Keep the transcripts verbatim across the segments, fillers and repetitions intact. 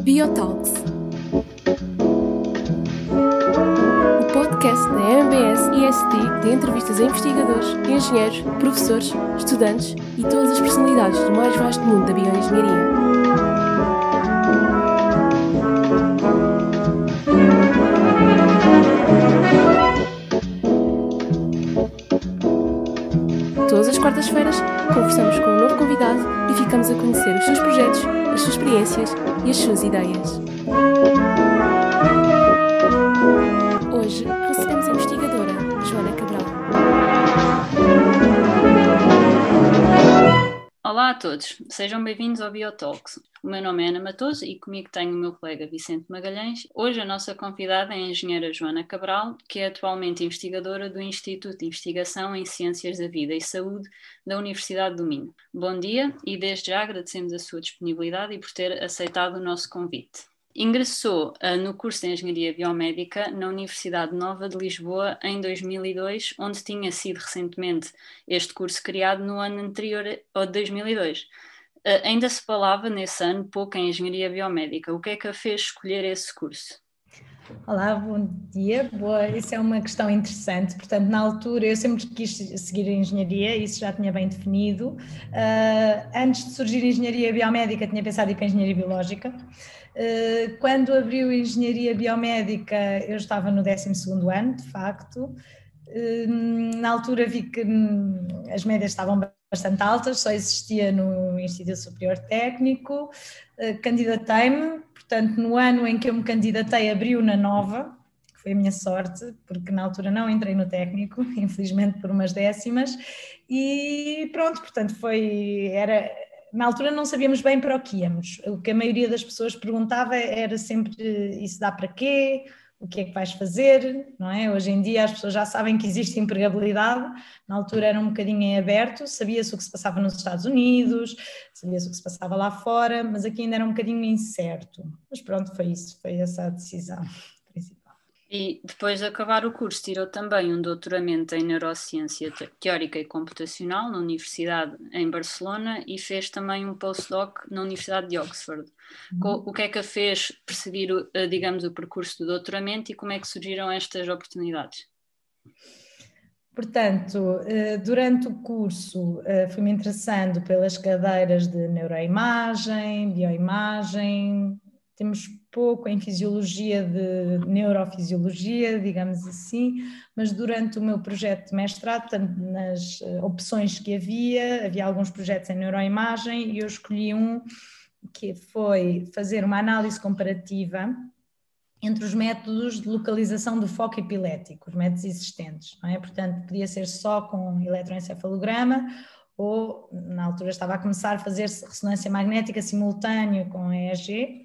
Biotalks, o podcast da M B S I S T de entrevistas a investigadores, engenheiros, professores, estudantes e todas as personalidades do mais vasto mundo da bioengenharia. Todas as quartas-feiras conversamos com um novo convidado e ficamos a conhecer os seus projetos, as suas experiências e as suas ideias. Hoje recebemos a investigadora Joana Cabral. Olá a todos, sejam bem-vindos ao Biotalks. O meu nome é Ana Matoso e comigo tenho o meu colega Vicente Magalhães. Hoje a nossa convidada é a engenheira Joana Cabral, que é atualmente investigadora do Instituto de Investigação em Ciências da Vida e Saúde da Universidade do Minho. Bom dia e desde já agradecemos a sua disponibilidade e por ter aceitado o nosso convite. Ingressou uh, no curso de Engenharia Biomédica na Universidade Nova de Lisboa em dois mil e dois, onde tinha sido recentemente este curso criado no ano anterior ao de dois mil e dois. Uh, ainda se falava nesse ano pouco em Engenharia Biomédica. O que é que a fez escolher esse curso? Olá, bom dia. Boa, isso é uma questão interessante. Portanto, na altura eu sempre quis seguir a engenharia, isso já tinha bem definido. Uh, antes de surgir a engenharia biomédica, tinha pensado em ir para a engenharia biológica. Uh, quando abriu a engenharia biomédica, eu estava no décimo segundo ano, de facto. Uh, na altura vi que hum, as médias estavam bastante altas, só existia no Instituto Superior Técnico. Uh, candidatei-me. Portanto, no ano em que eu me candidatei, abriu na Nova, que foi a minha sorte, porque na altura não entrei no técnico, infelizmente por umas décimas, e pronto, portanto, foi, era, na altura não sabíamos bem para o que íamos. O que a maioria das pessoas perguntava era sempre, isso dá para quê? O que é que vais fazer, não é? Hoje em dia as pessoas já sabem que existe empregabilidade, na altura era um bocadinho em aberto, sabia-se o que se passava nos Estados Unidos, sabia-se o que se passava lá fora, mas aqui ainda era um bocadinho incerto. Mas pronto, foi isso, foi essa a decisão principal. E depois de acabar o curso, tirou também um doutoramento em Neurociência Teórica e Computacional na Universidade em Barcelona e fez também um postdoc na Universidade de Oxford. Uhum. O que é que a fez perseguir, digamos, o percurso do doutoramento e como é que surgiram estas oportunidades? Portanto, durante o curso fui-me interessando pelas cadeiras de neuroimagem, bioimagem, temos pouco em fisiologia de neurofisiologia, digamos assim, mas durante o meu projeto de mestrado, nas opções que havia, havia alguns projetos em neuroimagem e eu escolhi um que foi fazer uma análise comparativa entre os métodos de localização do foco epilético, os métodos existentes, não é? Portanto, podia ser só com eletroencefalograma ou, na altura estava a começar a fazer-se ressonância magnética simultâneo com E E G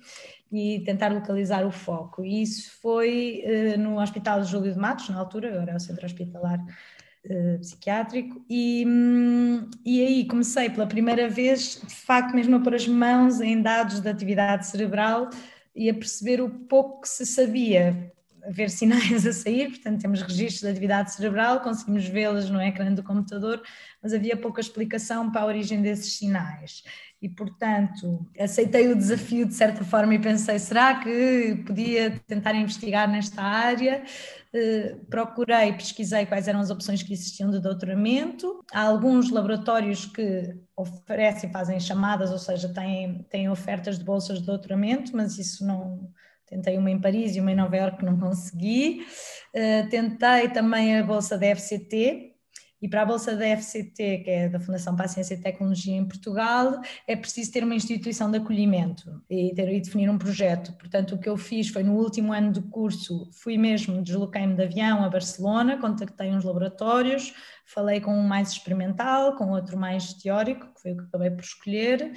e tentar localizar o foco. E isso foi uh, no Hospital Júlio de Matos, na altura, agora é o Centro Hospitalar uh, Psiquiátrico, e, um, e aí comecei pela primeira vez, de facto, mesmo a pôr as mãos em dados de atividade cerebral e a perceber o pouco que se sabia, a ver sinais a sair, portanto temos registros de atividade cerebral, conseguimos vê-las no ecrã do computador, mas havia pouca explicação para a origem desses sinais. E, portanto, aceitei o desafio de certa forma e pensei, será que podia tentar investigar nesta área? Uh, procurei, pesquisei quais eram as opções que existiam de doutoramento. Há alguns laboratórios que oferecem, fazem chamadas, ou seja, têm, têm ofertas de bolsas de doutoramento, mas isso não... Tentei uma em Paris e uma em Nova Iorque, não consegui. Uh, tentei também a bolsa da F C T, e para a bolsa da F C T, que é da Fundação para a Ciência e Tecnologia em Portugal, é preciso ter uma instituição de acolhimento e, ter, e definir um projeto. Portanto, o que eu fiz foi no último ano do curso, fui mesmo, desloquei-me de avião a Barcelona, contactei uns laboratórios, falei com um mais experimental, com outro mais teórico, que foi o que acabei por escolher.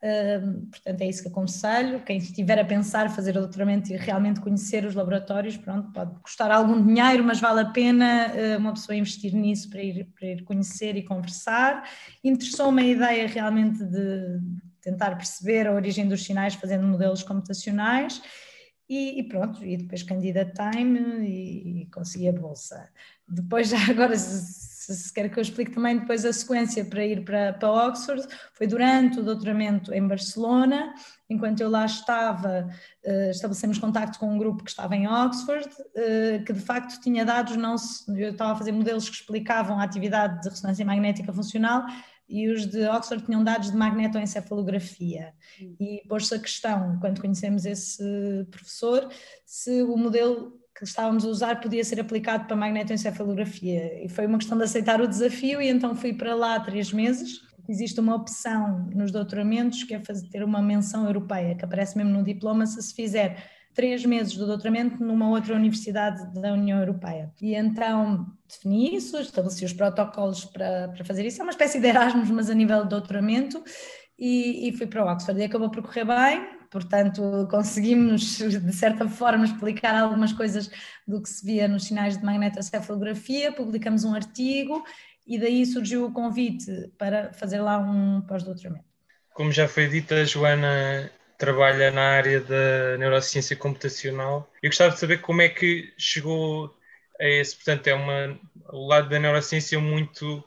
Uh, portanto, é isso que aconselho. Quem estiver a pensar fazer o doutoramento e realmente conhecer os laboratórios, pronto, pode custar algum dinheiro, mas vale a pena uh, uma pessoa investir nisso para ir, para ir conhecer e conversar. Interessou-me a ideia realmente de tentar perceber a origem dos sinais fazendo modelos computacionais e, e pronto, e depois candidatei-me e, e consegui a bolsa. Depois já agora... se, se quer que eu explique também depois a sequência para ir para, para Oxford, foi durante o doutoramento em Barcelona. Enquanto eu lá estava, uh, estabelecemos contacto com um grupo que estava em Oxford, uh, que de facto tinha dados, não se, eu estava a fazer modelos que explicavam a atividade de ressonância magnética funcional, e os de Oxford tinham dados de magnetoencefalografia. E pôs-se a questão, quando conhecemos esse professor, se o modelo que estávamos a usar podia ser aplicado para magnetoencefalografia. E foi uma questão de aceitar o desafio, e então fui para lá três meses. Existe uma opção nos doutoramentos que é fazer, ter uma menção europeia, que aparece mesmo no diploma se se fizer três meses do doutoramento numa outra universidade da União Europeia. E então defini isso, estabeleci os protocolos para, para fazer isso. É uma espécie de Erasmus, mas a nível de doutoramento, e, e fui para o Oxford. E acabou por correr bem, portanto conseguimos, de certa forma, explicar algumas coisas do que se via nos sinais de magnetoencefalografia, publicamos um artigo, e daí surgiu o convite para fazer lá um pós-doutoramento. Como já foi dito, a Joana trabalha na área da neurociência computacional. Eu gostava de saber como é que chegou a esse, portanto, é uma, o lado da neurociência muito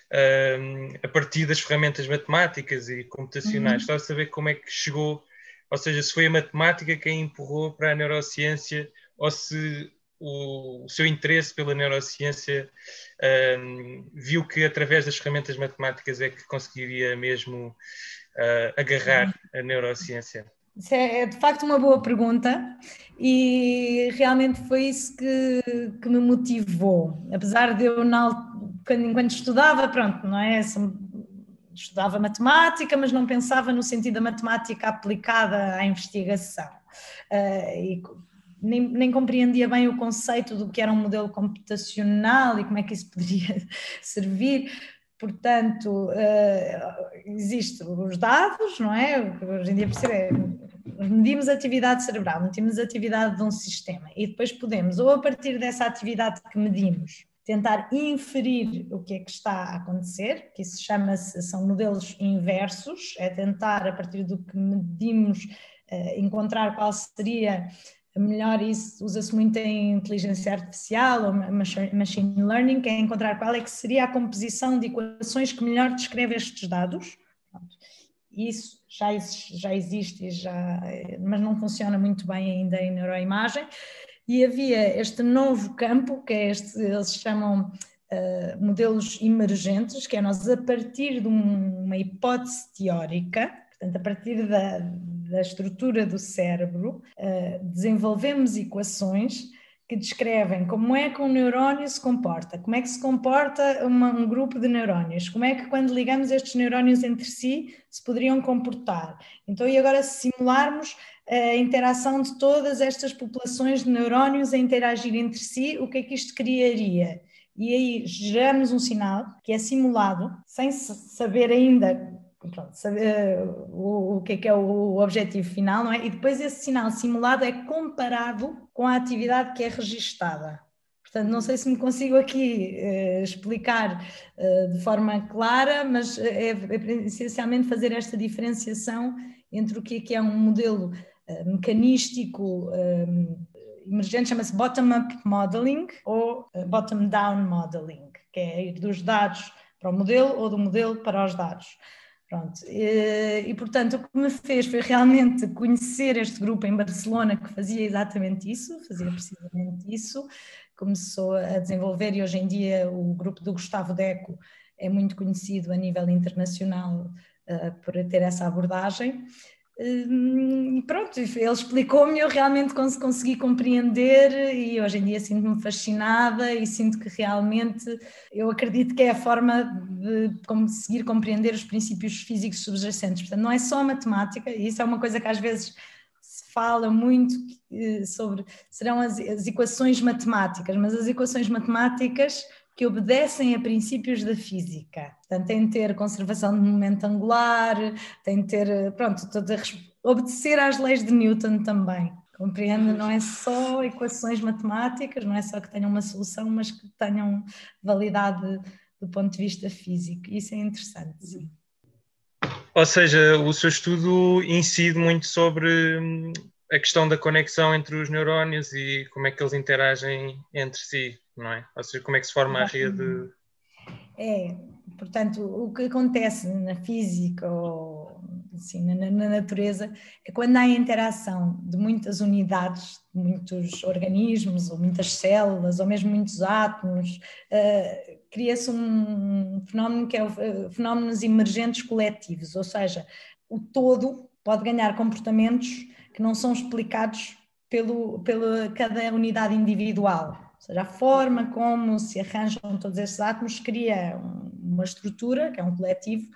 um, a partir das ferramentas matemáticas e computacionais. Uhum. Gostava de saber como é que chegou, ou seja, se foi a matemática quem empurrou para a neurociência, ou se o, o seu interesse pela neurociência um, viu que através das ferramentas matemáticas é que conseguiria mesmo Uh, agarrar a neurociência? Isso é, é de facto uma boa pergunta, e realmente foi isso que, que me motivou, apesar de eu, na, quando, enquanto estudava, pronto, não é? Estudava matemática, mas não pensava no sentido da matemática aplicada à investigação, uh, e nem, nem compreendia bem o conceito do que era um modelo computacional e como é que isso poderia servir. Portanto, uh, existem os dados, não é? O que hoje em dia percebemos, medimos a atividade cerebral, medimos a atividade de um sistema, e depois podemos, ou a partir dessa atividade que medimos, tentar inferir o que é que está a acontecer, que isso chama-se, são modelos inversos, é tentar, a partir do que medimos, uh, encontrar qual seria melhor. Isso usa-se muito em inteligência artificial ou machine learning, que é encontrar qual é que seria a composição de equações que melhor descreve estes dados. Pronto. Isso já, já existe, já, mas não funciona muito bem ainda em neuroimagem. E havia este novo campo, que é este, eles chamam uh, modelos emergentes, que é nós, a partir de um, uma hipótese teórica, portanto, a partir da, da estrutura do cérebro, uh, desenvolvemos equações que descrevem como é que um neurónio se comporta, como é que se comporta uma, um grupo de neurónios, como é que, quando ligamos estes neurónios entre si, se poderiam comportar. Então, e agora, se simularmos a interação de todas estas populações de neurónios a interagir entre si, o que é que isto criaria? E aí geramos um sinal que é simulado, sem saber ainda, pronto, saber o, o que é que é o objetivo final, não é? E depois esse sinal simulado é comparado com a atividade que é registada. Portanto, não sei se me consigo aqui uh, explicar uh, de forma clara, mas é, é essencialmente fazer esta diferenciação entre o que é, que é um modelo uh, mecanístico um, emergente, chama-se bottom-up modeling, ou uh, bottom-down modeling, que é ir dos dados para o modelo ou do modelo para os dados. Pronto, e, e portanto o que me fez foi realmente conhecer este grupo em Barcelona, que fazia exatamente isso, fazia precisamente isso, começou a desenvolver, e hoje em dia o grupo do Gustavo Deco é muito conhecido a nível internacional uh, por ter essa abordagem. E pronto, ele explicou-me, eu realmente consegui compreender, e hoje em dia sinto-me fascinada e sinto que realmente eu acredito que é a forma de conseguir compreender os princípios físicos subjacentes. Portanto, não é só a matemática, e isso é uma coisa que às vezes se fala muito sobre, serão as, as equações matemáticas, mas as equações matemáticas que obedecem a princípios da física. Portanto, tem de ter conservação de momento angular, tem de ter, pronto, obedecer às leis de Newton também. Compreende? Não é só equações matemáticas, não é só que tenham uma solução, mas que tenham validade do ponto de vista físico. Isso é interessante, sim. Ou seja, o seu estudo incide muito sobre a questão da conexão entre os neurónios e como é que eles interagem entre si, não é? Ou seja, como é que se forma a rede. É, portanto, o que acontece na física ou assim, na, na natureza é quando há interação de muitas unidades, de muitos organismos ou muitas células ou mesmo muitos átomos, uh, cria-se um fenómeno que é o fenómenos emergentes coletivos, ou seja, o todo pode ganhar comportamentos que não são explicados pelo, pela cada unidade individual. Ou seja, a forma como se arranjam todos esses átomos cria uma estrutura, que é um coletivo,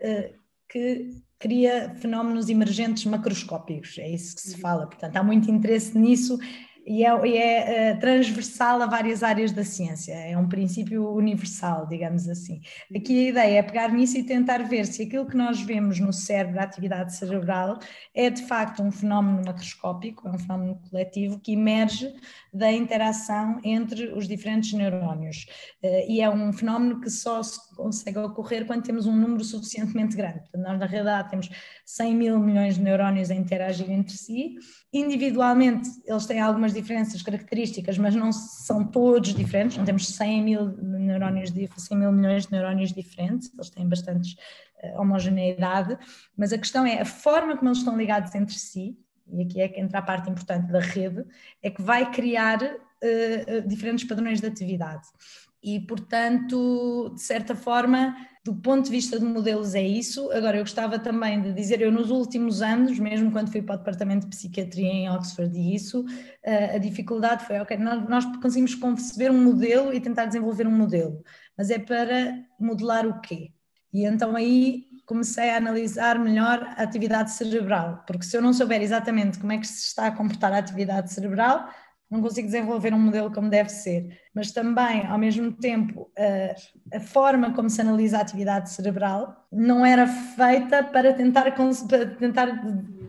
que cria fenómenos emergentes macroscópicos, é isso que se fala. Portanto, há muito interesse nisso e é, e é transversal a várias áreas da ciência, é um princípio universal, digamos assim. Aqui a ideia é pegar nisso e tentar ver se aquilo que nós vemos no cérebro, a atividade cerebral, é de facto um fenómeno macroscópico, é um fenómeno coletivo que emerge da interação entre os diferentes neurónios, e é um fenómeno que só se consegue ocorrer quando temos um número suficientemente grande. Portanto, nós na realidade temos cem mil milhões de neurónios a interagir entre si. Individualmente eles têm algumas diferenças características, mas não são todos diferentes, não temos cem mil neurónios, cem mil milhões de neurónios diferentes, eles têm bastante uh, homogeneidade, mas a questão é a forma como eles estão ligados entre si, e aqui é que entra a parte importante da rede, é que vai criar uh, diferentes padrões de atividade. E, portanto, de certa forma, do ponto de vista de modelos é isso. Agora, eu gostava também de dizer, eu nos últimos anos, mesmo quando fui para o departamento de psiquiatria em Oxford e isso, a dificuldade foi, ok, nós conseguimos conceber um modelo e tentar desenvolver um modelo, mas é para modelar o quê? E então aí comecei a analisar melhor a atividade cerebral, porque se eu não souber exatamente como é que se está a comportar a atividade cerebral, não consigo desenvolver um modelo como deve ser, mas também, ao mesmo tempo, a, a forma como se analisa a atividade cerebral não era feita para tentar, para tentar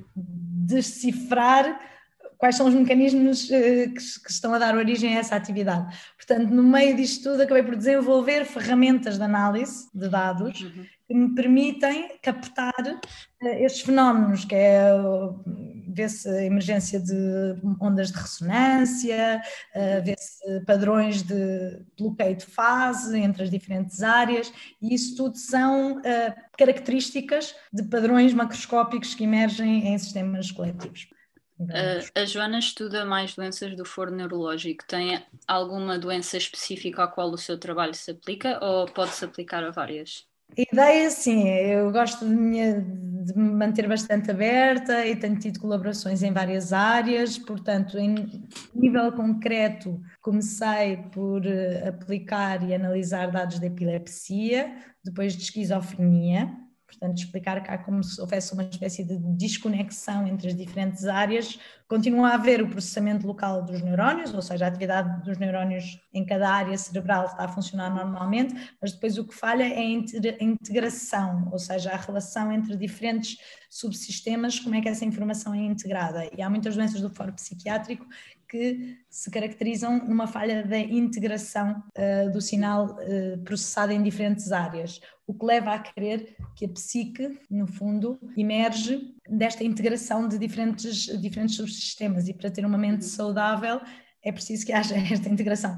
decifrar quais são os mecanismos que, que estão a dar origem a essa atividade. Portanto, no meio disto tudo, acabei por desenvolver ferramentas de análise de dados uhum. que me permitem captar estes fenómenos, que é ver-se a emergência de ondas de ressonância, ver-se padrões de bloqueio de fase entre as diferentes áreas, e isso tudo são características de padrões macroscópicos que emergem em sistemas coletivos. A, a Joana estuda mais doenças do foro neurológico. Tem alguma doença específica à qual o seu trabalho se aplica ou pode-se aplicar a várias? A ideia, sim, eu gosto de me, de me manter bastante aberta e tenho tido colaborações em várias áreas, portanto, em nível concreto, comecei por aplicar e analisar dados de epilepsia, depois de esquizofrenia. Portanto, explicar que há como se houvesse uma espécie de desconexão entre as diferentes áreas. Continua a haver o processamento local dos neurónios, ou seja, a atividade dos neurónios em cada área cerebral está a funcionar normalmente, mas depois o que falha é a integração, ou seja, a relação entre diferentes subsistemas, como é que essa informação é integrada. E há muitas doenças do foro psiquiátrico que se caracterizam numa falha da integração uh, do sinal uh, processado em diferentes áreas, o que leva a crer que a psique, no fundo, emerge desta integração de diferentes, diferentes subsistemas, e para ter uma mente saudável é preciso que haja esta integração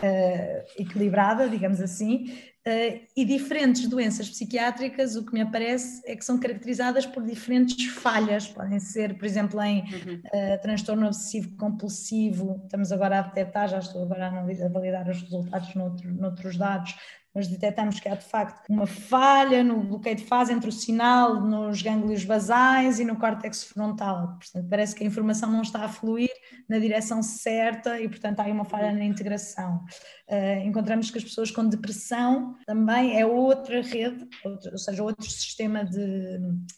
uh, equilibrada, digamos assim, uh, e diferentes doenças psiquiátricas, o que me aparece é que são caracterizadas por diferentes falhas, podem ser, por exemplo, em uh, transtorno obsessivo compulsivo, estamos agora a detectar, já estou agora a, analisar, a validar os resultados noutro, noutros dados, mas detectamos que há de facto uma falha no bloqueio de fase entre o sinal nos gânglios basais e no córtex frontal. Portanto, parece que a informação não está a fluir na direção certa e, portanto, há aí uma falha na integração. Uh, encontramos que as pessoas com depressão também é outra rede, ou seja, outro sistema de,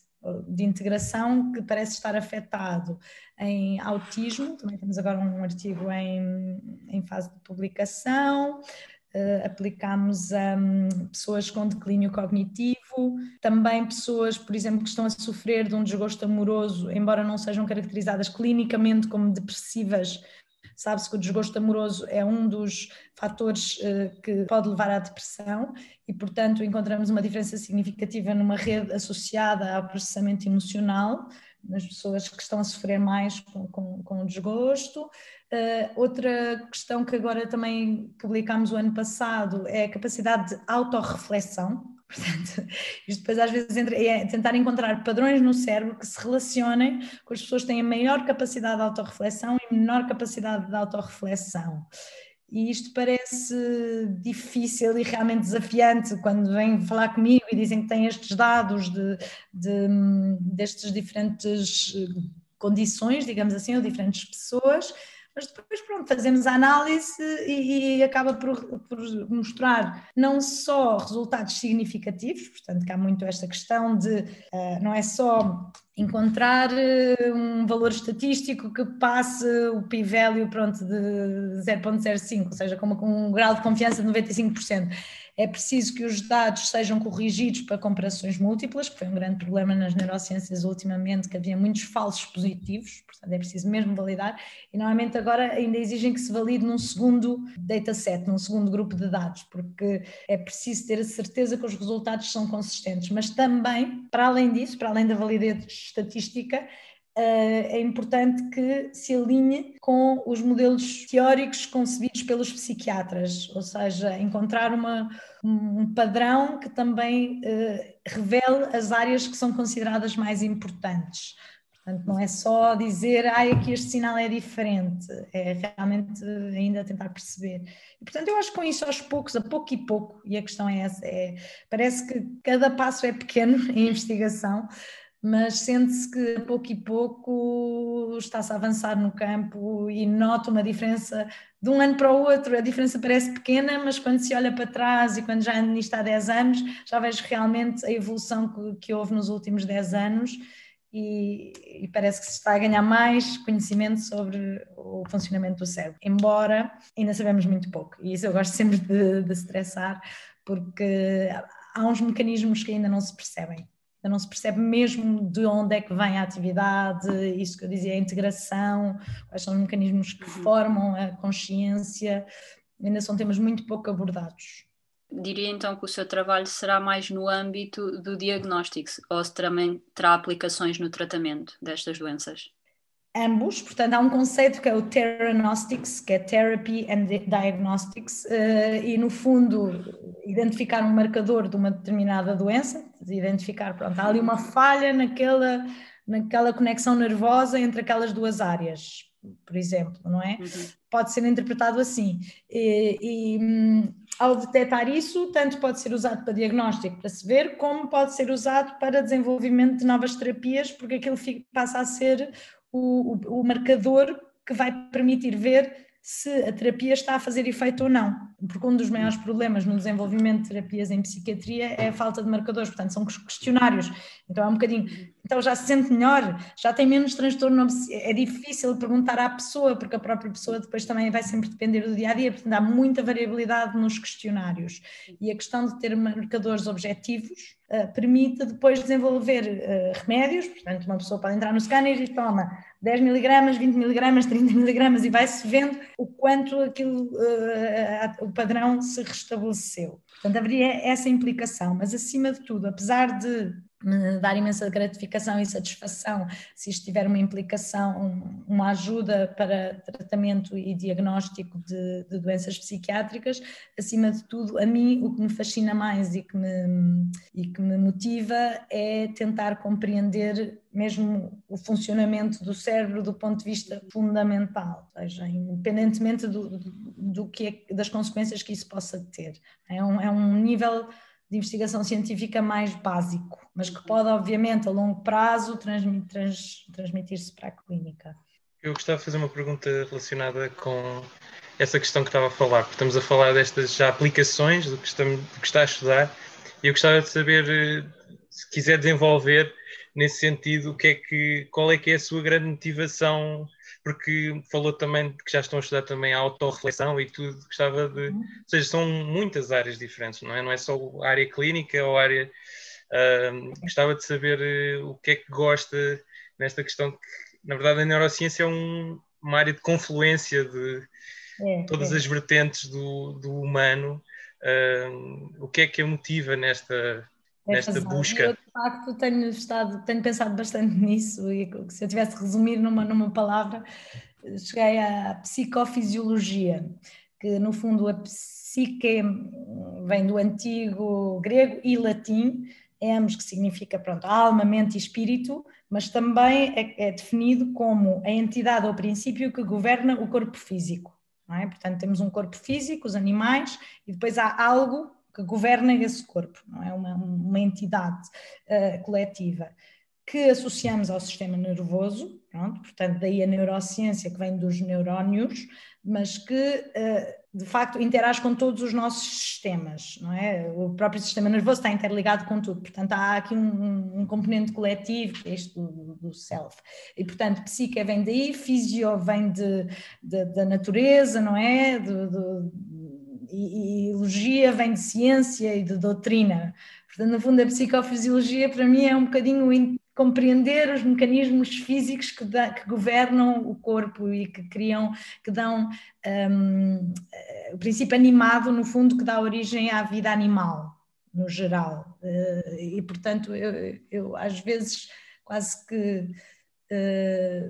de integração que parece estar afetado. Em autismo, também temos agora um artigo em, em fase de publicação. Uh, aplicámos a um, pessoas com declínio cognitivo, também pessoas, por exemplo, que estão a sofrer de um desgosto amoroso, embora não sejam caracterizadas clinicamente como depressivas. Sabe-se que o desgosto amoroso é um dos fatores uh, que pode levar à depressão e, portanto, encontramos uma diferença significativa numa rede associada ao processamento emocional nas pessoas que estão a sofrer mais com, com, com o desgosto. Uh, outra questão que agora também publicámos o ano passado é a capacidade de autorreflexão. Portanto, isto depois às vezes é tentar encontrar padrões no cérebro que se relacionem com as pessoas que têm maior capacidade de autorreflexão e menor capacidade de autorreflexão. E isto parece difícil e realmente desafiante quando vêm falar comigo e dizem que têm estes dados de, de, destas diferentes condições, digamos assim, ou diferentes pessoas, mas depois pronto, fazemos a análise e, e acaba por, por mostrar não só resultados significativos, portanto que há muito esta questão de, uh, não é só encontrar um valor estatístico que passe o p-value pronto, de zero vírgula zero cinco, ou seja, com, com um grau de confiança de noventa e cinco por cento. É preciso que os dados sejam corrigidos para comparações múltiplas, que foi um grande problema nas neurociências ultimamente, que havia muitos falsos positivos, portanto é preciso mesmo validar, e normalmente agora ainda exigem que se valide num segundo dataset, num segundo grupo de dados, porque é preciso ter a certeza que os resultados são consistentes, mas também, para além disso, para além da validez estatística, é importante que se alinhe com os modelos teóricos concebidos pelos psiquiatras, ou seja, encontrar uma, um padrão que também uh, revele as áreas que são consideradas mais importantes. Portanto, não é só dizer, ah, aqui este sinal é diferente, é realmente ainda tentar perceber. E, portanto, eu acho que com isso, aos poucos, a pouco e pouco, e a questão é essa, é, parece que cada passo é pequeno em investigação, mas sente-se que a pouco e pouco está-se a avançar no campo e nota uma diferença de um ano para o outro. A diferença parece pequena, mas quando se olha para trás e quando já ando nisto há dez anos, já vejo realmente a evolução que, que houve nos últimos dez anos e, e parece que se está a ganhar mais conhecimento sobre o funcionamento do cérebro, embora ainda sabemos muito pouco, e isso eu gosto sempre de, de estressar, porque há uns mecanismos que ainda não se percebem. Não se percebe mesmo de onde é que vem a atividade, isso que eu dizia, a integração, quais são os mecanismos que formam a consciência, ainda são temas muito pouco abordados. Diria então que o seu trabalho será mais no âmbito do diagnóstico, ou se também terá aplicações no tratamento destas doenças? Ambos, portanto há um conceito que é o Theranostics, que é Therapy and Diagnostics, e no fundo identificar um marcador de uma determinada doença, identificar, pronto, há ali uma falha naquela, naquela conexão nervosa entre aquelas duas áreas, por exemplo, não é? Uhum. Pode ser interpretado assim, e, e ao detectar isso, tanto pode ser usado para diagnóstico, para se ver, como pode ser usado para desenvolvimento de novas terapias, porque aquilo fica, passa a ser O, o, o marcador que vai permitir ver se a terapia está a fazer efeito ou não, porque um dos maiores problemas no desenvolvimento de terapias em psiquiatria é a falta de marcadores, portanto são questionários, então é um bocadinho, então já se sente melhor, já tem menos transtorno, é difícil perguntar à pessoa, porque a própria pessoa depois também vai sempre depender do dia a dia, portanto há muita variabilidade nos questionários, e a questão de ter marcadores objetivos uh, permite depois desenvolver uh, remédios, portanto uma pessoa pode entrar no scanner e toma dez miligramas, vinte miligramas, trinta miligramas e vai-se vendo o quanto aquilo, uh, o padrão se restabeleceu. Portanto, haveria essa implicação, mas acima de tudo, apesar de me dar imensa gratificação e satisfação se isto tiver uma implicação, uma ajuda para tratamento e diagnóstico de, de doenças psiquiátricas, acima de tudo, a mim o que me fascina mais e que me, e que me motiva é tentar compreender mesmo o funcionamento do cérebro do ponto de vista fundamental, ou seja, independentemente do, do, do que é, das consequências que isso possa ter. É um, é um nível de investigação científica mais básico, mas que pode, obviamente, a longo prazo transmitir, trans, transmitir-se para a clínica. Eu gostava de fazer uma pergunta relacionada com essa questão que estava a falar, porque estamos a falar destas já aplicações do que, estamos, do que está a estudar, e eu gostava de saber, se quiser desenvolver nesse sentido, o que é que, qual é que é a sua grande motivação, porque falou também que já estão a estudar também a autorreflexão e tudo, gostava de... Ou seja, são muitas áreas diferentes, não é? Não é só a área clínica ou a área... Uh, gostava de saber uh, o que é que gosta nesta questão, que na verdade a neurociência é um, uma área de confluência de é, todas é. as vertentes do, do humano. Uh, o que é que a motiva nesta, É nesta razão. busca. Eu, de facto, tenho, estado, tenho pensado bastante nisso e se eu tivesse de resumir numa, numa palavra, cheguei à psicofisiologia, que no fundo a psique vem do antigo grego e latim, emos, que significa pronto, alma, mente e espírito, mas também é, é definido como a entidade ou princípio que governa o corpo físico. Não é? Portanto, temos um corpo físico, os animais, e depois há algo que governa esse corpo, não é? Uma, uma entidade uh, coletiva que associamos ao sistema nervoso, pronto, portanto daí a neurociência que vem dos neurónios, mas que uh, de facto interage com todos os nossos sistemas, não é? O próprio sistema nervoso está interligado com tudo, portanto há aqui um, um componente coletivo, que é este do, do self, e portanto psique vem daí, fisio vem de, de, da natureza, não é? Do, do, e, e logia vem de ciência e de doutrina, portanto no fundo a psicofisiologia para mim é um bocadinho compreender os mecanismos físicos que, da, que governam o corpo e que criam, que dão um, o princípio animado, no fundo, que dá origem à vida animal, no geral. E, portanto, eu, eu às vezes quase que uh,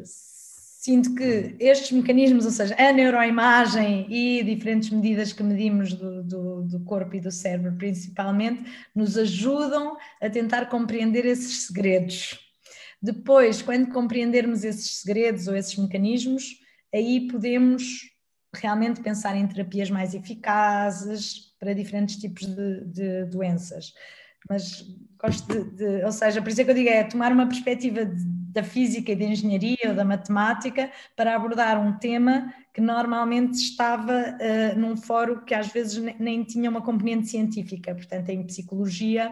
sinto que estes mecanismos, ou seja, a neuroimagem e diferentes medidas que medimos do, do, do corpo e do cérebro principalmente, nos ajudam a tentar compreender esses segredos. Depois, quando compreendermos esses segredos ou esses mecanismos, aí podemos realmente pensar em terapias mais eficazes para diferentes tipos de, de doenças. Mas gosto de, de, ou seja, por isso é que eu digo, é tomar uma perspectiva de, da física e da engenharia ou da matemática para abordar um tema que normalmente estava uh, num fórum que às vezes nem, nem tinha uma componente científica, portanto em psicologia,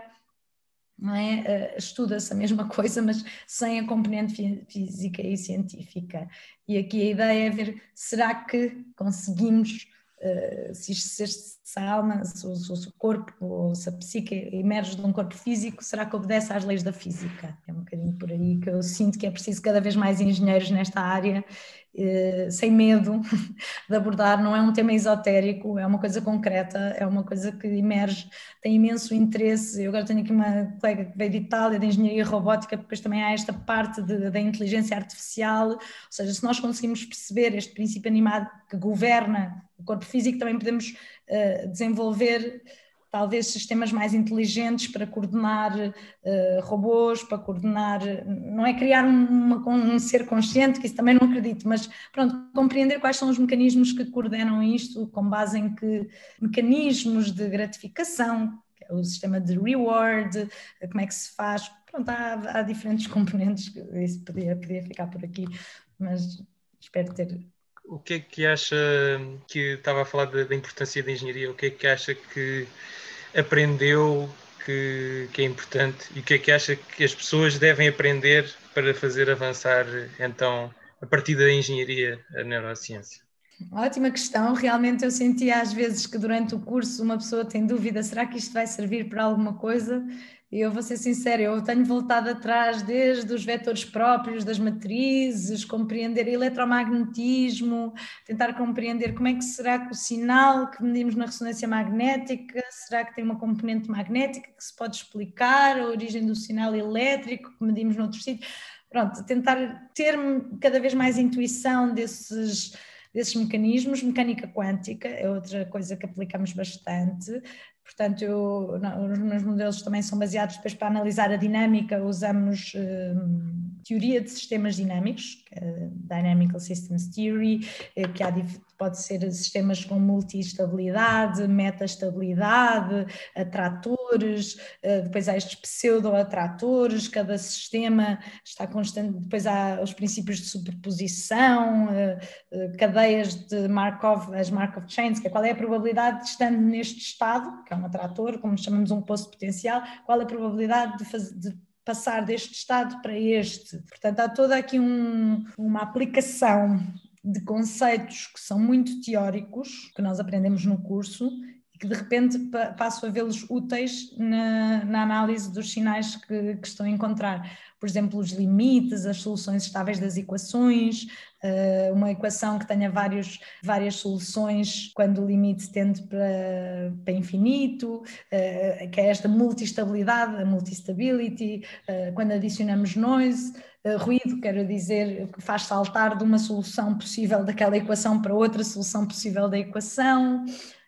não é? Uh, estuda-se a mesma coisa, mas sem a componente fí- física e científica. E aqui a ideia é ver, será que conseguimos, uh, se, se, se a alma, se o, se o corpo ou se a psique emerge de um corpo físico, será que obedece às leis da física? É um bocadinho por aí que eu sinto que é preciso cada vez mais engenheiros nesta área, uh, sem medo de abordar, não é um tema esotérico, é uma coisa concreta, é uma coisa que emerge, tem imenso interesse. Eu agora tenho aqui uma colega que veio de Itália, de engenharia robótica, depois também há esta parte de, da inteligência artificial, ou seja, se nós conseguimos perceber este princípio animado que governa o corpo físico, também podemos uh, desenvolver talvez sistemas mais inteligentes para coordenar uh, robôs, para coordenar, não é criar um, uma, um ser consciente, que isso também não acredito, mas pronto, compreender quais são os mecanismos que coordenam isto, com base em que mecanismos de gratificação, que é o sistema de reward, como é que se faz, pronto, há, há diferentes componentes, isso podia, podia ficar por aqui, mas espero ter... O que é que acha, que estava a falar da, da importância da engenharia, o que é que acha que aprendeu que, que é importante e o que é que acha que as pessoas devem aprender para fazer avançar, então, a partir da engenharia, a neurociência? Ótima questão, realmente eu sentia às vezes que durante o curso uma pessoa tem dúvida, será que isto vai servir para alguma coisa? E eu vou ser sincera, eu tenho voltado atrás desde os vetores próprios das matrizes, compreender eletromagnetismo, tentar compreender como é que será que o sinal que medimos na ressonância magnética, será que tem uma componente magnética que se pode explicar, a origem do sinal elétrico que medimos noutro sítio. Pronto, tentar ter cada vez mais intuição desses... desses mecanismos. Mecânica quântica é outra coisa que aplicamos bastante, portanto eu, não, os meus modelos também são baseados depois para analisar a dinâmica, usamos hum, teoria de sistemas dinâmicos, que é Dynamical Systems Theory, que há, pode ser sistemas com multi-estabilidade, meta-estabilidade, atratores, depois há estes pseudo-atratores, cada sistema está constante, depois há os princípios de superposição, cadeias de Markov, as Markov Chains, que é qual é a probabilidade de estando neste estado, que é um atrator, como chamamos um poço potencial, qual é a probabilidade de, fazer, de passar deste estado para este. Portanto, há toda aqui um, uma aplicação de conceitos que são muito teóricos, que nós aprendemos no curso, e que de repente passo a vê-los úteis na, na análise dos sinais que, que estou a encontrar. Por exemplo, os limites, as soluções estáveis das equações, uma equação que tenha vários, várias soluções quando o limite tende para, para infinito, que é esta multistabilidade, a multistability, quando adicionamos noise, ruído, quero dizer, que faz saltar de uma solução possível daquela equação para outra solução possível da equação.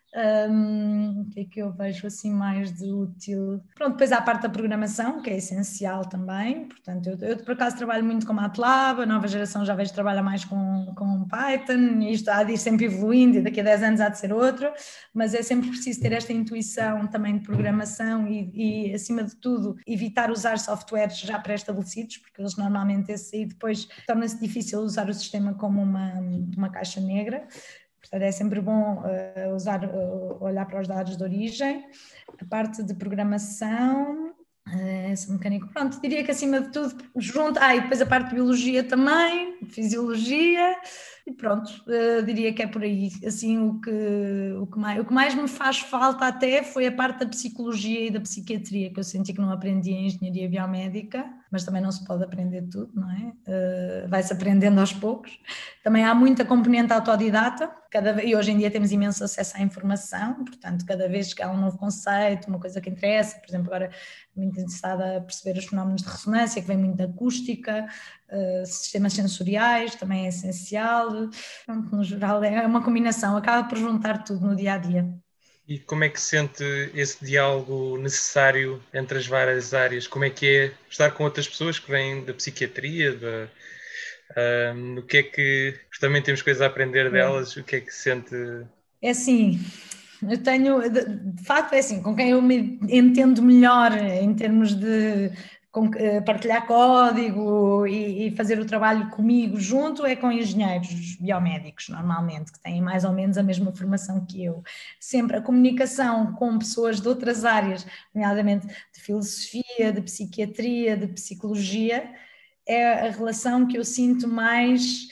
Um, o que é que eu vejo assim mais de útil? Pronto, depois há a parte da programação, que é essencial também, portanto eu, eu por acaso trabalho muito com MATLAB, a nova geração já vejo que trabalha mais com, com Python, e isto há de ir sempre evoluindo e daqui a dez anos há de ser outro, mas é sempre preciso ter esta intuição também de programação e, e acima de tudo evitar usar softwares já pré-estabelecidos, porque eles normalmente esse aí depois torna-se difícil usar o sistema como uma, uma caixa negra. Portanto, é sempre bom uh, usar, uh, olhar para os dados de origem. A parte de programação, uh, essa mecânica, pronto, diria que acima de tudo, junto, ah, e depois a parte de biologia também, fisiologia, e pronto, uh, diria que é por aí. Assim, o que, o, que mais, o que mais me faz falta até foi a parte da psicologia e da psiquiatria, que eu senti que não aprendi em engenharia biomédica, mas também não se pode aprender tudo, não é? Uh, vai-se aprendendo aos poucos. Também há muita componente autodidata, cada, e hoje em dia temos imenso acesso à informação, portanto, cada vez que há um novo conceito, uma coisa que interessa, por exemplo, agora muito interessada a perceber os fenómenos de ressonância, que vem muito da acústica, uh, sistemas sensoriais, também é essencial. Pronto, no geral é uma combinação, acaba por juntar tudo no dia-a-dia. E como é que sente esse diálogo necessário entre as várias áreas? Como é que é estar com outras pessoas que vêm da psiquiatria, da, um, o que é que também temos coisas a aprender delas, o que é que sente? É assim, eu tenho, de, de facto é assim, com quem eu me entendo melhor em termos de com, partilhar código e, e fazer o trabalho comigo junto é com engenheiros biomédicos, normalmente, que têm mais ou menos a mesma formação que eu. Sempre a comunicação com pessoas de outras áreas, nomeadamente de filosofia, de psiquiatria, de psicologia, é a relação que eu sinto mais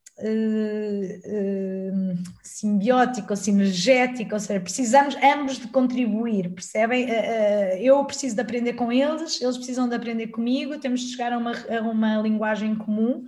Uh, uh, simbiótica ou sinergética, ou seja, precisamos ambos de contribuir, percebem? Uh, uh, eu preciso de aprender com eles, eles precisam de aprender comigo, temos de chegar a uma, a uma linguagem comum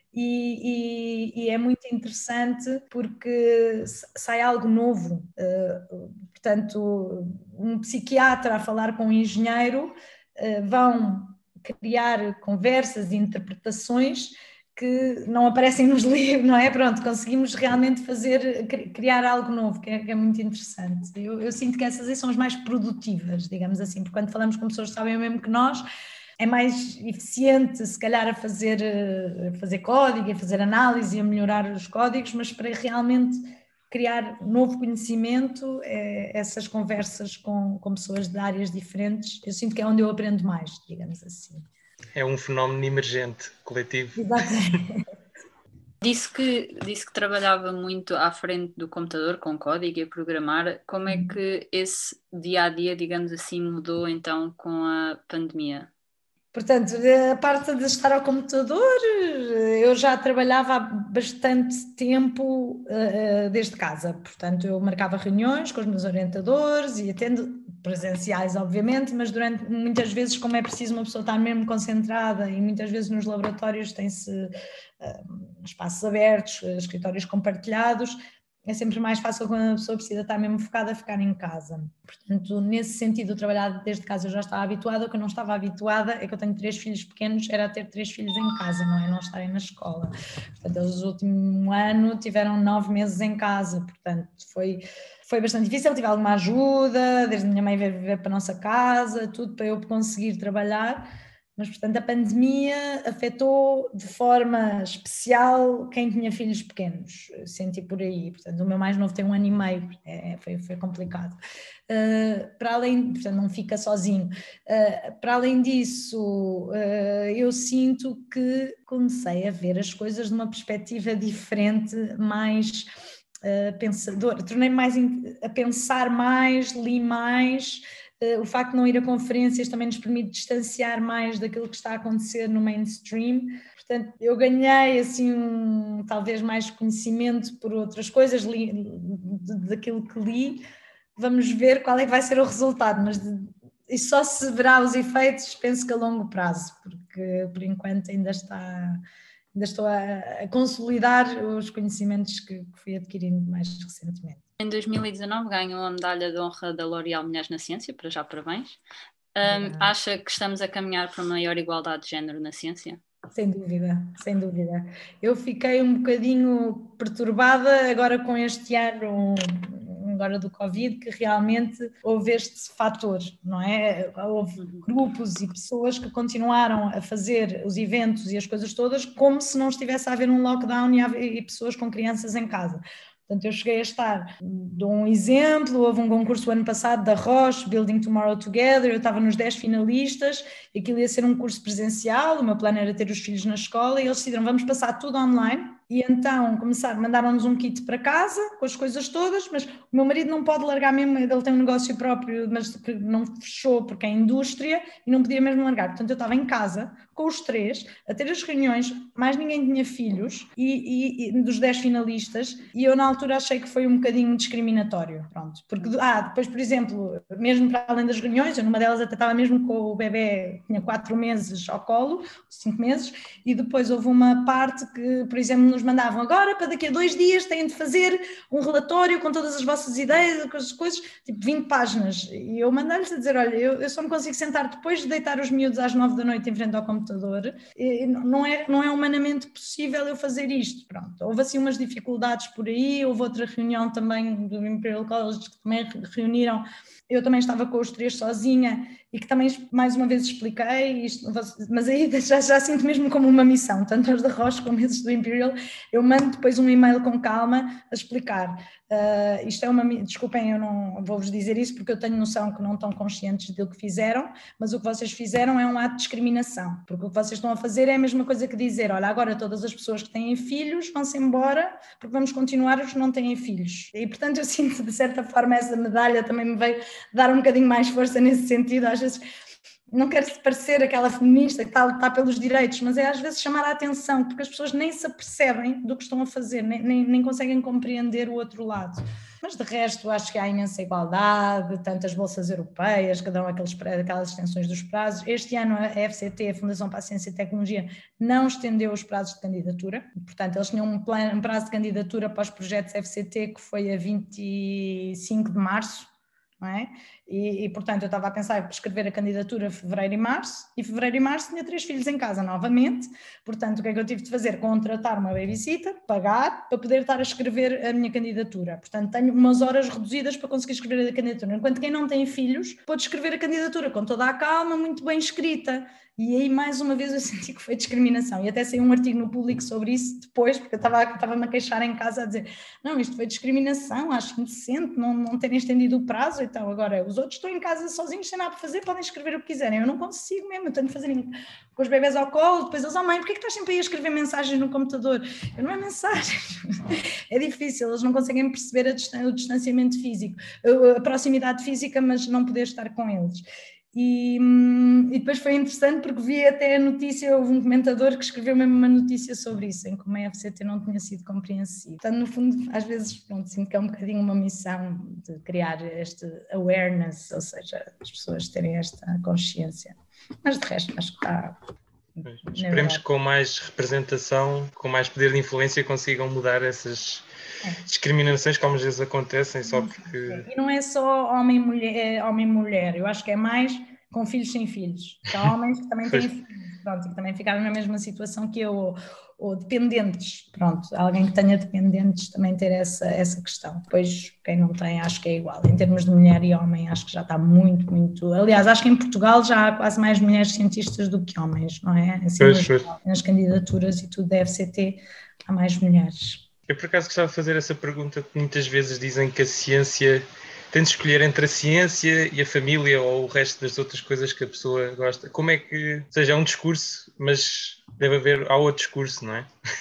e, e, e é muito interessante porque sai algo novo. Uh, portanto, um psiquiatra a falar com um engenheiro uh, vão criar conversas e interpretações que não aparecem nos livros, não é? Pronto, conseguimos realmente fazer, criar algo novo, que é, que é muito interessante. Eu, eu sinto que essas aí são as mais produtivas, digamos assim, porque quando falamos com pessoas que sabem o mesmo que nós, é mais eficiente, se calhar, a fazer, a fazer código, a fazer análise e a melhorar os códigos, mas para realmente criar novo conhecimento, é, essas conversas com, com pessoas de áreas diferentes, eu sinto que é onde eu aprendo mais, digamos assim. É um fenómeno emergente, coletivo. Exatamente. Disse que, disse que trabalhava muito à frente do computador, com código e a programar. Como é que esse dia-a-dia, digamos assim, mudou então com a pandemia? Portanto, a parte de estar ao computador, eu já trabalhava há bastante tempo uh, desde casa. Portanto, eu marcava reuniões com os meus orientadores e atendo presenciais, obviamente, mas durante muitas vezes, como é preciso uma pessoa estar mesmo concentrada e muitas vezes nos laboratórios tem-se uh, espaços abertos, escritórios compartilhados, é sempre mais fácil quando a pessoa precisa estar mesmo focada a ficar em casa. Portanto, nesse sentido, trabalhar desde casa eu já estava habituada. O que eu não estava habituada é que eu tenho três filhos pequenos, era ter três filhos em casa, não é? Não estarem na escola. Portanto, eles no último ano tiveram nove meses em casa, portanto, foi, foi bastante difícil. Tive alguma ajuda, desde a minha mãe veio viver para a nossa casa, tudo para eu conseguir trabalhar. Mas, portanto, a pandemia afetou de forma especial quem tinha filhos pequenos, senti por aí. Portanto, o meu mais novo tem um ano e meio, é, foi, foi complicado. Uh, para além, portanto, não fica sozinho. Uh, para além disso, uh, eu sinto que comecei a ver as coisas de uma perspectiva diferente, mais uh, pensadora. Tornei-me mais a pensar mais, li mais. O facto de não ir a conferências também nos permite distanciar mais daquilo que está a acontecer no mainstream. Portanto, eu ganhei assim um, talvez mais conhecimento por outras coisas li, daquilo que li, vamos ver qual é que vai ser o resultado, mas de, e só se verá os efeitos, penso que a longo prazo, porque por enquanto ainda está... Ainda estou a, a consolidar os conhecimentos que, que fui adquirindo mais recentemente. Em dois mil e dezanove ganhou a medalha de honra da L'Oréal Mulheres na Ciência, para já parabéns. Um, acha que estamos a caminhar para maior igualdade de género na ciência? Sem dúvida, sem dúvida. Eu fiquei um bocadinho perturbada agora com este ano, agora do Covid, que realmente houve este fator, não é? Houve grupos e pessoas que continuaram a fazer os eventos e as coisas todas como se não estivesse a haver um lockdown e, e pessoas com crianças em casa. Portanto, eu cheguei a estar, dou um exemplo, houve um concurso ano passado da Roche, Building Tomorrow Together, eu estava nos dez finalistas, aquilo ia ser um curso presencial, o meu plano era ter os filhos na escola e eles decidiram, vamos passar tudo online. E então começaram, mandaram-nos um kit para casa, com as coisas todas, mas o meu marido não pode largar mesmo, ele tem um negócio próprio, mas que não fechou porque é indústria e não podia mesmo largar. Portanto, eu estava em casa, com os três, a ter as reuniões, mais ninguém tinha filhos, e, e, e dos dez finalistas, e eu na altura achei que foi um bocadinho discriminatório, pronto. Porque, ah, depois, por exemplo, mesmo para além das reuniões, eu numa delas até estava mesmo com o bebê, tinha quatro meses ao colo, cinco meses, e depois houve uma parte que, por exemplo, nos mandavam agora, para daqui a dois dias têm de fazer um relatório com todas as vossas ideias, com as coisas, tipo vinte páginas, e eu mandei-lhes a dizer, olha, eu, eu só me consigo sentar depois de deitar os miúdos às nove da noite em frente ao computador, e não é, não é humanamente possível eu fazer isto, pronto. Houve assim umas dificuldades por aí, houve outra reunião também do Imperial College que também reuniram, eu também estava com os três sozinha e que também mais uma vez expliquei, isto, mas aí já, já sinto mesmo como uma missão, tanto os da Roche como esses do Imperial, eu mando depois um e-mail com calma a explicar. Uh, isto é uma, desculpem, eu não vou-vos dizer isso porque eu tenho noção que não estão conscientes do que fizeram, mas o que vocês fizeram é um ato de discriminação, porque o que vocês estão a fazer é a mesma coisa que dizer, olha, agora todas as pessoas que têm filhos vão-se embora porque vamos continuar os que não têm filhos. E portanto eu sinto de certa forma essa medalha também me veio dar um bocadinho mais força nesse sentido, às vezes não quero parecer aquela feminista que está a lutar pelos direitos, mas é às vezes chamar a atenção, porque as pessoas nem se apercebem do que estão a fazer, nem, nem, nem conseguem compreender o outro lado. Mas de resto acho que há imensa igualdade, tantas bolsas europeias que dão aqueles, aquelas extensões dos prazos. Este ano a F C T, a Fundação para a Ciência e Tecnologia, não estendeu os prazos de candidatura, portanto eles tinham um, plano, um prazo de candidatura para os projetos F C T que foi a vinte e cinco de março, não é? E, e, portanto, eu estava a pensar em escrever a candidatura fevereiro e março, e fevereiro e março tinha três filhos em casa novamente, portanto, o que é que eu tive de fazer? Contratar uma babysitter, pagar, para poder estar a escrever a minha candidatura. Portanto, tenho umas horas reduzidas para conseguir escrever a candidatura, enquanto quem não tem filhos pode escrever a candidatura com toda a calma, muito bem escrita. E aí, mais uma vez, eu senti que foi discriminação. E até saiu um artigo no Público sobre isso depois, porque eu estava, estava-me a queixar em casa a dizer não, isto foi discriminação, acho indecente não, não terem estendido o prazo e tal. Agora, os outros estão em casa sozinhos, sem nada para fazer, podem escrever o que quiserem. Eu não consigo mesmo, eu tenho de fazer com os bebés ao colo, depois eles, oh mãe, porquê que estás sempre aí a escrever mensagens no computador? Eu não é mensagens. É difícil, eles não conseguem perceber a distan- o distanciamento físico, a proximidade física, mas não poder estar com eles. E, e depois foi interessante porque vi até a notícia, houve um comentador que escreveu mesmo uma notícia sobre isso, em como a F C T não tinha sido compreensivo. Portanto, no fundo, às vezes, pronto, sinto que é um bocadinho uma missão de criar este awareness, ou seja, as pessoas terem esta consciência. Mas de resto, acho que está... Esperemos que com mais representação, com mais poder de influência, consigam mudar essas... É. discriminações que às vezes acontecem só porque... E não é só homem e mulher, homem e mulher, eu acho que é mais com filhos sem filhos. Há homens que também têm filhos, pronto, que também ficaram na mesma situação que eu, ou, ou dependentes, pronto, alguém que tenha dependentes também ter essa, essa questão. Depois, quem não tem, acho que é igual. Em termos de mulher e homem, acho que já está muito, muito... Aliás, acho que em Portugal já há quase mais mulheres cientistas do que homens, não é? Assim, pois, pois. Nas, nas candidaturas e tudo da F C T há mais mulheres. Eu, por acaso, gostava de fazer essa pergunta, que muitas vezes dizem que a ciência tem de escolher entre a ciência e a família ou o resto das outras coisas que a pessoa gosta. Como é que... Ou seja, é um discurso, mas deve haver... Há outro discurso, não é?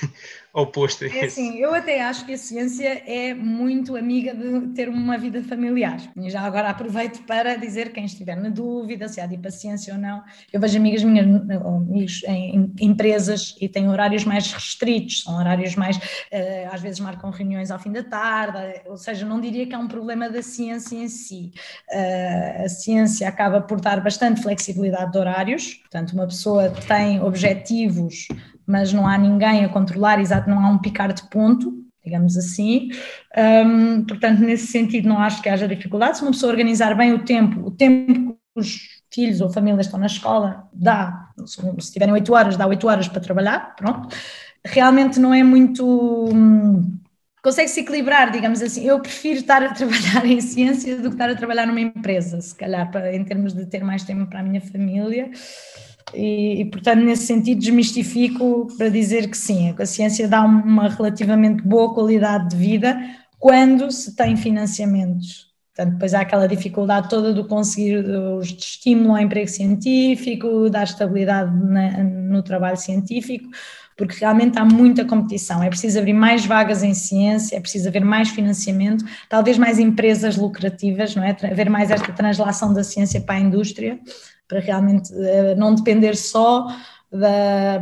oposto a É isso. assim, eu até acho que a ciência é muito amiga de ter uma vida familiar. E já agora aproveito para dizer, quem estiver na dúvida se há de ir para a ciência ou não, eu vejo amigas minhas, amigos em empresas e têm horários mais restritos, são horários mais, às vezes marcam reuniões ao fim da tarde, ou seja, não diria que é um problema da ciência em si. A ciência acaba por dar bastante flexibilidade de horários, portanto uma pessoa tem objetivos, mas não há ninguém a controlar, exato, não há um picar de ponto, digamos assim, um, portanto nesse sentido não acho que haja dificuldade. Se uma pessoa organizar bem o tempo, o tempo que os filhos ou famílias estão na escola, dá, se tiverem oito horas, dá oito horas para trabalhar, pronto, realmente não é muito... Hum, consegue-se equilibrar, digamos assim. Eu prefiro estar a trabalhar em ciência do que estar a trabalhar numa empresa, se calhar, para, em termos de ter mais tempo para a minha família. E, e, portanto, nesse sentido, desmistifico para dizer que sim, a ciência dá uma relativamente boa qualidade de vida quando se tem financiamentos. Portanto, depois há aquela dificuldade toda do conseguir os estímulo ao emprego científico, dar estabilidade na, no trabalho científico, porque realmente há muita competição, é preciso abrir mais vagas em ciência, é preciso haver mais financiamento, talvez mais empresas lucrativas, não é? Haver mais esta translação da ciência para a indústria, para realmente não depender só da,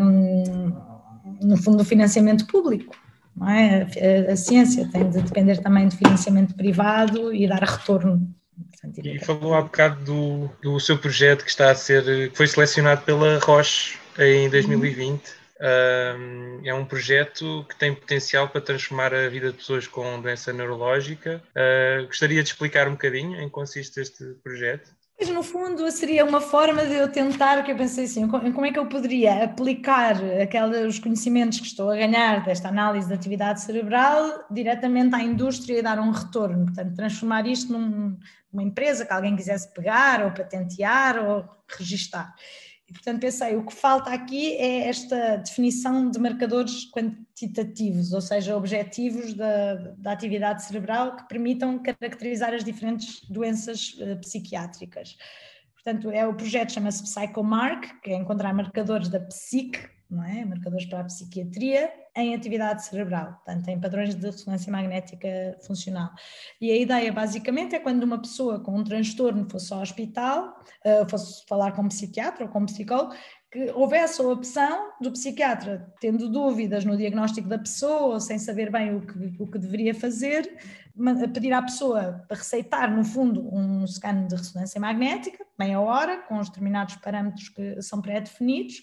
no fundo, do financiamento público, não é? A, a ciência tem de depender também de financiamento privado e dar retorno. E falou há bocado do, do seu projeto que está a ser, que foi selecionado pela Roche em dois mil e vinte. Um, é um projeto que tem potencial para transformar a vida de pessoas com doença neurológica. Uh, gostaria de explicar um bocadinho em que consiste este projeto? Mas no fundo seria uma forma de eu tentar, que eu pensei assim, como é que eu poderia aplicar aqueles, os conhecimentos que estou a ganhar desta análise da atividade cerebral diretamente à indústria e dar um retorno, portanto transformar isto num, numa empresa que alguém quisesse pegar ou patentear ou registar. E, portanto, pensei, o que falta aqui é esta definição de marcadores quantitativos, ou seja, objetivos da, da atividade cerebral que permitam caracterizar as diferentes doenças uh, psiquiátricas. Portanto, é, o projeto chama-se PsychoMark, que é encontrar marcadores da psique, não é? Marcadores para a psiquiatria, em atividade cerebral, portanto, em padrões de ressonância magnética funcional. E a ideia, basicamente, é quando uma pessoa com um transtorno fosse ao hospital, fosse falar com um psiquiatra ou com um psicólogo, que houvesse a opção do psiquiatra, tendo dúvidas no diagnóstico da pessoa, ou sem saber bem o que, o que deveria fazer, pedir à pessoa para receitar, no fundo, um scan de ressonância magnética, meia hora, com os determinados parâmetros que são pré-definidos.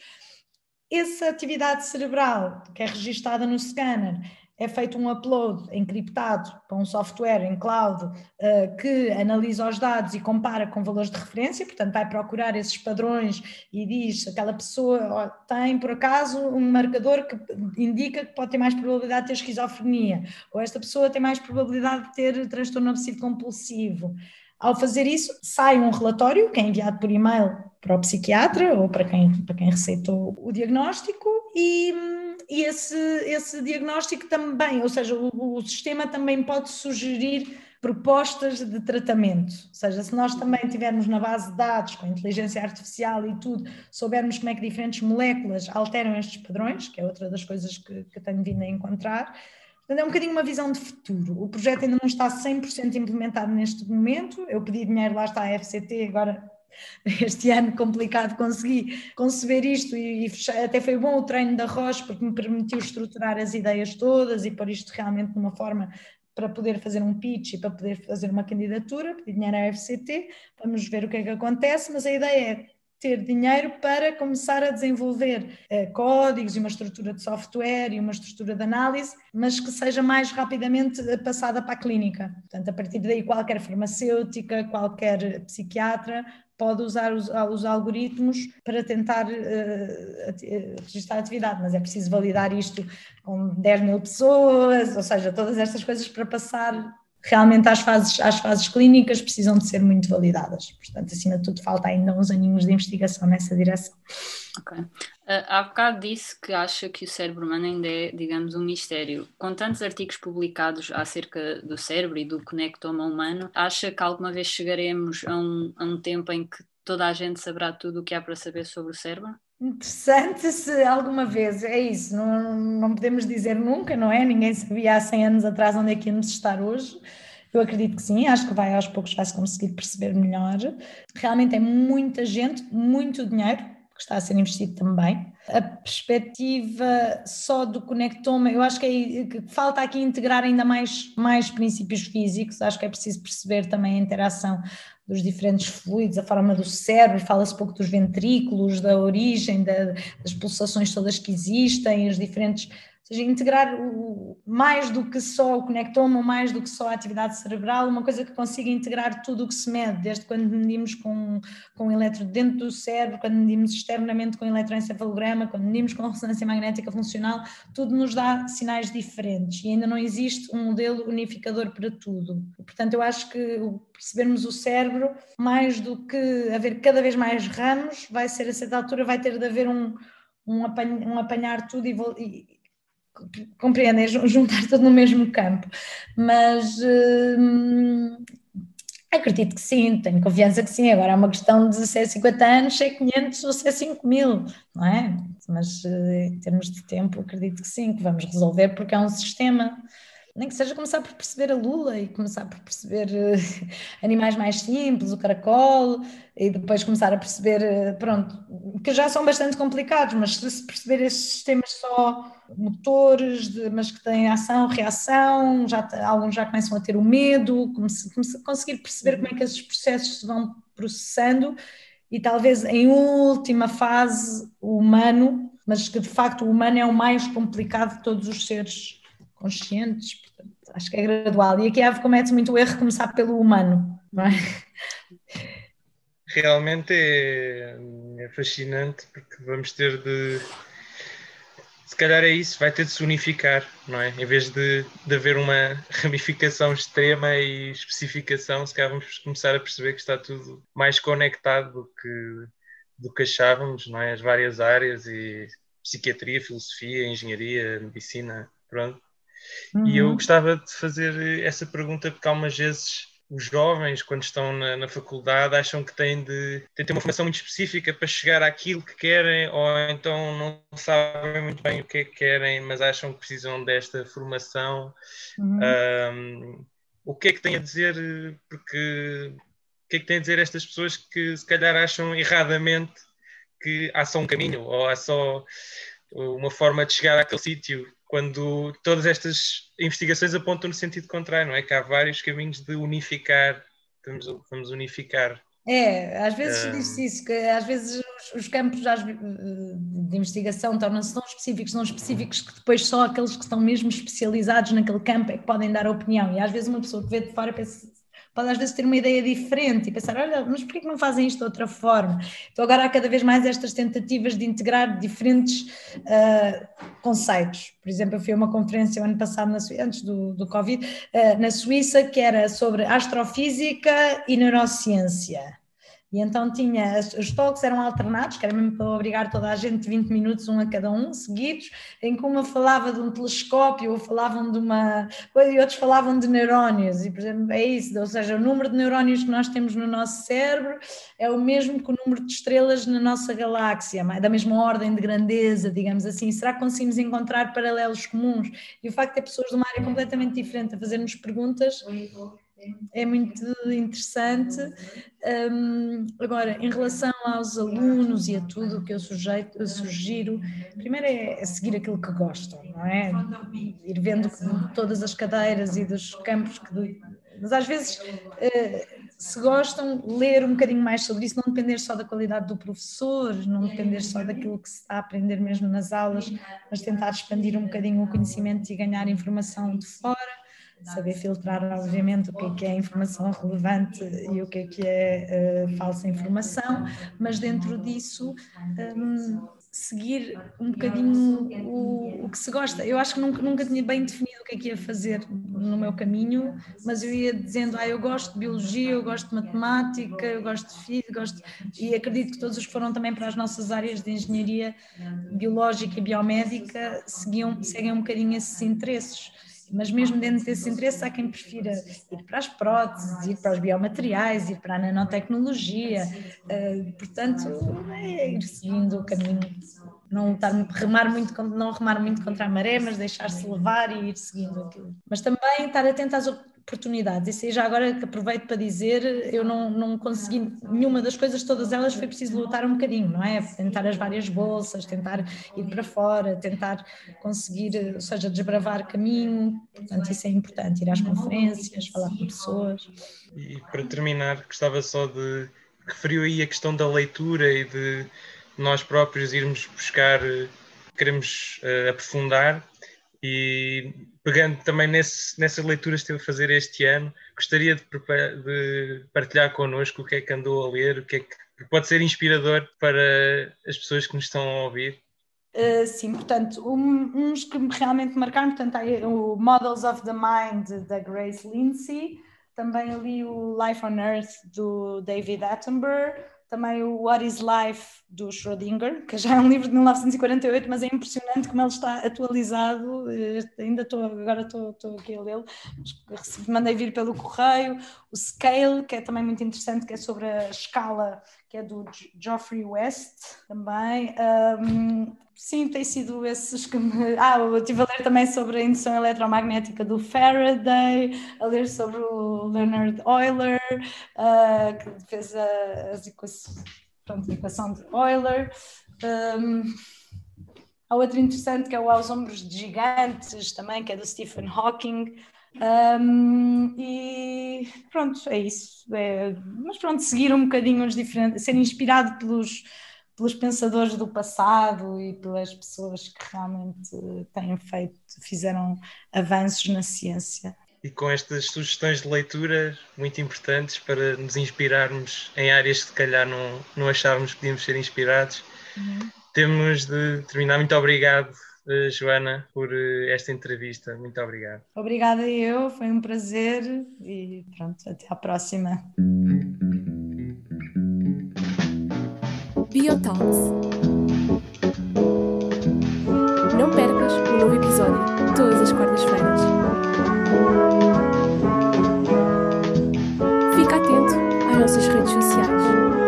Essa atividade cerebral que é registada no scanner, é feito um upload encriptado para um software em cloud uh, que analisa os dados e compara com valores de referência, portanto vai procurar esses padrões e diz se aquela pessoa ó, tem por acaso um marcador que indica que pode ter mais probabilidade de ter esquizofrenia, ou esta pessoa tem mais probabilidade de ter transtorno obsessivo compulsivo. Ao fazer isso, sai um relatório que é enviado por e-mail para o psiquiatra ou para quem, para quem receitou o diagnóstico e, e esse, esse diagnóstico também, ou seja, o, o sistema também pode sugerir propostas de tratamento, ou seja, se nós também tivermos na base de dados com inteligência artificial e tudo, soubermos como é que diferentes moléculas alteram estes padrões, que é outra das coisas que, que tenho vindo a encontrar. Portanto, é um bocadinho uma visão de futuro. O projeto ainda não está cem por cento implementado neste momento. Eu pedi dinheiro, lá está a F C T, agora este ano complicado consegui conceber isto e, e fechar. Até foi bom o treino da Roche porque me permitiu estruturar as ideias todas e pôr isto realmente numa forma para poder fazer um pitch e para poder fazer uma candidatura. Pedi dinheiro à F C T, vamos ver o que é que acontece, mas a ideia é ter dinheiro para começar a desenvolver eh, códigos e uma estrutura de software e uma estrutura de análise, mas que seja mais rapidamente passada para a clínica. Portanto, a partir daí qualquer farmacêutica, qualquer psiquiatra pode usar os, os algoritmos para tentar uh, registrar a atividade, mas é preciso validar isto com dez mil pessoas, ou seja, todas estas coisas para passar realmente às fases, às fases clínicas precisam de ser muito validadas. Portanto, acima de tudo, falta ainda uns aninhos de investigação nessa direção. Ok. Uh, há bocado disse que acha que o cérebro humano ainda é, digamos, um mistério. Com tantos artigos publicados acerca do cérebro e do conectoma humano, acha que alguma vez chegaremos a um, a um tempo em que toda a gente saberá tudo o que há para saber sobre o cérebro? interessante se alguma vez, é isso, não, não podemos dizer nunca, não é? Ninguém sabia há cem anos atrás onde é que íamos estar hoje. Eu acredito que sim, acho que vai aos poucos vai-se conseguir perceber melhor. Realmente é muita gente, muito dinheiro que está a ser investido também. A perspectiva só do conectoma, eu acho que, é, que falta aqui integrar ainda mais, mais princípios físicos, acho que é preciso perceber também a interação dos diferentes fluidos, a forma do cérebro, fala-se pouco dos ventrículos, da origem, da, das pulsações todas que existem, os diferentes... Ou seja, integrar o, mais do que só o conectoma, mais do que só a atividade cerebral, uma coisa que consiga integrar tudo o que se mede, desde quando medimos com, com eletro dentro do cérebro, quando medimos externamente com eletroencefalograma, quando medimos com ressonância magnética funcional, tudo nos dá sinais diferentes e ainda não existe um modelo unificador para tudo. Portanto, eu acho que percebermos o cérebro, mais do que haver cada vez mais ramos, vai ser a certa altura, vai ter de haver um, um, apanhar, um apanhar tudo e... e compreendem, juntar tudo no mesmo campo, mas hum, acredito que sim, tenho confiança que sim, agora é uma questão de se é cinquenta anos, se é quinhentos ou se é cinco mil, não é? Mas em termos de tempo acredito que sim, que vamos resolver porque é um sistema, nem que seja começar por perceber a lula e começar por perceber uh, animais mais simples, o caracol, e depois começar a perceber, uh, pronto, que já são bastante complicados, mas se se perceber estes sistemas só motores, de, mas que têm ação, reação, já, alguns já começam a ter o medo, comece, comece, conseguir perceber como é que esses processos se vão processando e talvez em última fase o humano, mas que de facto o humano é o mais complicado de todos os seres conscientes, portanto, acho que é gradual. E aqui a Ave comete muito o erro de começar pelo humano, não é? Realmente é, é fascinante, porque vamos ter de... Se calhar é isso, vai ter de se unificar, não é? Em vez de, de haver uma ramificação extrema e especificação, se calhar vamos começar a perceber que está tudo mais conectado do que, do que achávamos, não é? As várias áreas, e psiquiatria, filosofia, engenharia, medicina, pronto. Uhum. E eu gostava de fazer essa pergunta porque há umas vezes os jovens, quando estão na, na faculdade, acham que têm de, têm de ter uma formação muito específica para chegar àquilo que querem, ou então não sabem muito bem o que é que querem, mas acham que precisam desta formação. Uhum. Um, o que é que têm a dizer? Porque o que é que têm a dizer estas pessoas que se calhar acham erradamente que há só um caminho, ou há só uma forma de chegar àquele sítio, quando todas estas investigações apontam no sentido contrário, não é? Que há vários caminhos de unificar, vamos, vamos unificar. É, às vezes um... diz-se isso, que às vezes os, os campos de investigação tornam-se tão específicos, tão específicos que depois só aqueles que estão mesmo especializados naquele campo é que podem dar a opinião, e às vezes uma pessoa que vê de fora pensa... pode às vezes ter uma ideia diferente e pensar, olha, mas porquê que não fazem isto de outra forma? Então agora há cada vez mais estas tentativas de integrar diferentes uh, conceitos. Por exemplo, eu fui a uma conferência o ano passado, na Suíça, antes do, do Covid, uh, na Suíça, que era sobre astrofísica e neurociência. E então tinha, os talks eram alternados, que era mesmo para obrigar toda a gente vinte minutos, um a cada um, seguidos, em que uma falava de um telescópio, ou falavam de uma coisa, e outros falavam de neurónios, e por exemplo, é isso, ou seja, o número de neurónios que nós temos no nosso cérebro é o mesmo que o número de estrelas na nossa galáxia, da mesma ordem de grandeza, digamos assim. Será que conseguimos encontrar paralelos comuns? E o facto de ter pessoas de uma área completamente diferente a fazer-nos perguntas é muito interessante. Um, agora, em relação aos alunos e a tudo o que eu, sujeito, eu sugiro, primeiro é, é seguir aquilo que gostam, não é? Ir vendo todas as cadeiras e dos campos que... Mas às vezes, uh, se gostam, ler um bocadinho mais sobre isso, não depender só da qualidade do professor, não depender só daquilo que se está a aprender mesmo nas aulas, mas tentar expandir um bocadinho o conhecimento e ganhar informação de fora. Saber filtrar, obviamente, o que é que é informação relevante e o que é que é uh, falsa informação, mas dentro disso um, seguir um bocadinho o, o que se gosta. Eu acho que nunca, nunca tinha bem definido o que é que ia fazer no meu caminho, mas eu ia dizendo, ah, eu gosto de biologia, eu gosto de matemática, eu gosto de física, gosto de... e acredito que todos os que foram também para as nossas áreas de engenharia biológica e biomédica seguiam, seguem um bocadinho esses interesses. mas mesmo dentro desse interesse há quem prefira ir para as próteses, ir para os biomateriais, ir para a nanotecnologia, uh, portanto é ir seguindo o caminho, não, estar, remar muito, não remar muito contra a maré, mas deixar-se levar e ir seguindo aquilo. Mas também estar atento às oportunidades, isso aí já agora que aproveito para dizer, eu não, não consegui nenhuma das coisas, todas elas foi preciso lutar um bocadinho, não é? Tentar as várias bolsas, tentar ir para fora, tentar conseguir, ou seja, desbravar caminho, portanto isso é importante, ir às conferências, falar com pessoas. E para terminar, gostava só de, referiu aí a questão da leitura e de nós próprios irmos buscar, queremos uh, aprofundar. E pegando também nesse, nessas leituras que esteve a fazer este ano, gostaria de, de partilhar connosco o que é que andou a ler, o que é que pode ser inspirador para as pessoas que nos estão a ouvir. Uh, sim, portanto, um, uns que realmente marcaram, portanto, há o Models of the Mind, da Grace Lindsay, também ali o Life on Earth, do David Attenborough, também o What is Life, do Schrödinger, que já é um livro de mil novecentos e quarenta e oito, mas é impressionante como ele está atualizado, ainda estou, agora estou, estou aqui a lê-lo, mandei vir pelo correio, o Scale, que é também muito interessante, que é sobre a escala, que é do Geoffrey West, também, um, sim, tem sido esses que me... Ah, eu estive a ler também sobre a indução eletromagnética do Faraday, a ler sobre o Leonard Euler, uh, que fez a, as equações, pronto, a equação de Euler. Um, há outro interessante que é o Aos Ombros de Gigantes, também, que é do Stephen Hawking. Um, e pronto, é isso. É, mas pronto, seguir um bocadinho os diferentes, ser inspirado pelos, pelos pensadores do passado e pelas pessoas que realmente têm feito, fizeram avanços na ciência. E com estas sugestões de leitura muito importantes para nos inspirarmos em áreas que se calhar não, não achávamos que podíamos ser inspirados, uhum. Temos de terminar. Muito obrigado, Joana, por esta entrevista. Muito obrigado. Obrigada eu, foi um prazer e pronto, até à próxima. Biotalks. Não percas um novo episódio todas as quartas-feiras. Fica atento às nossas redes sociais.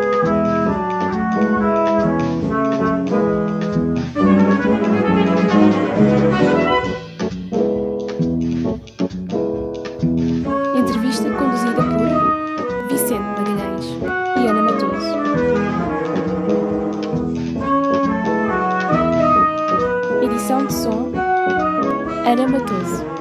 Entrevista conduzida por Vicente Magalhães e Ana Matoso. Edição de som Ana Matoso.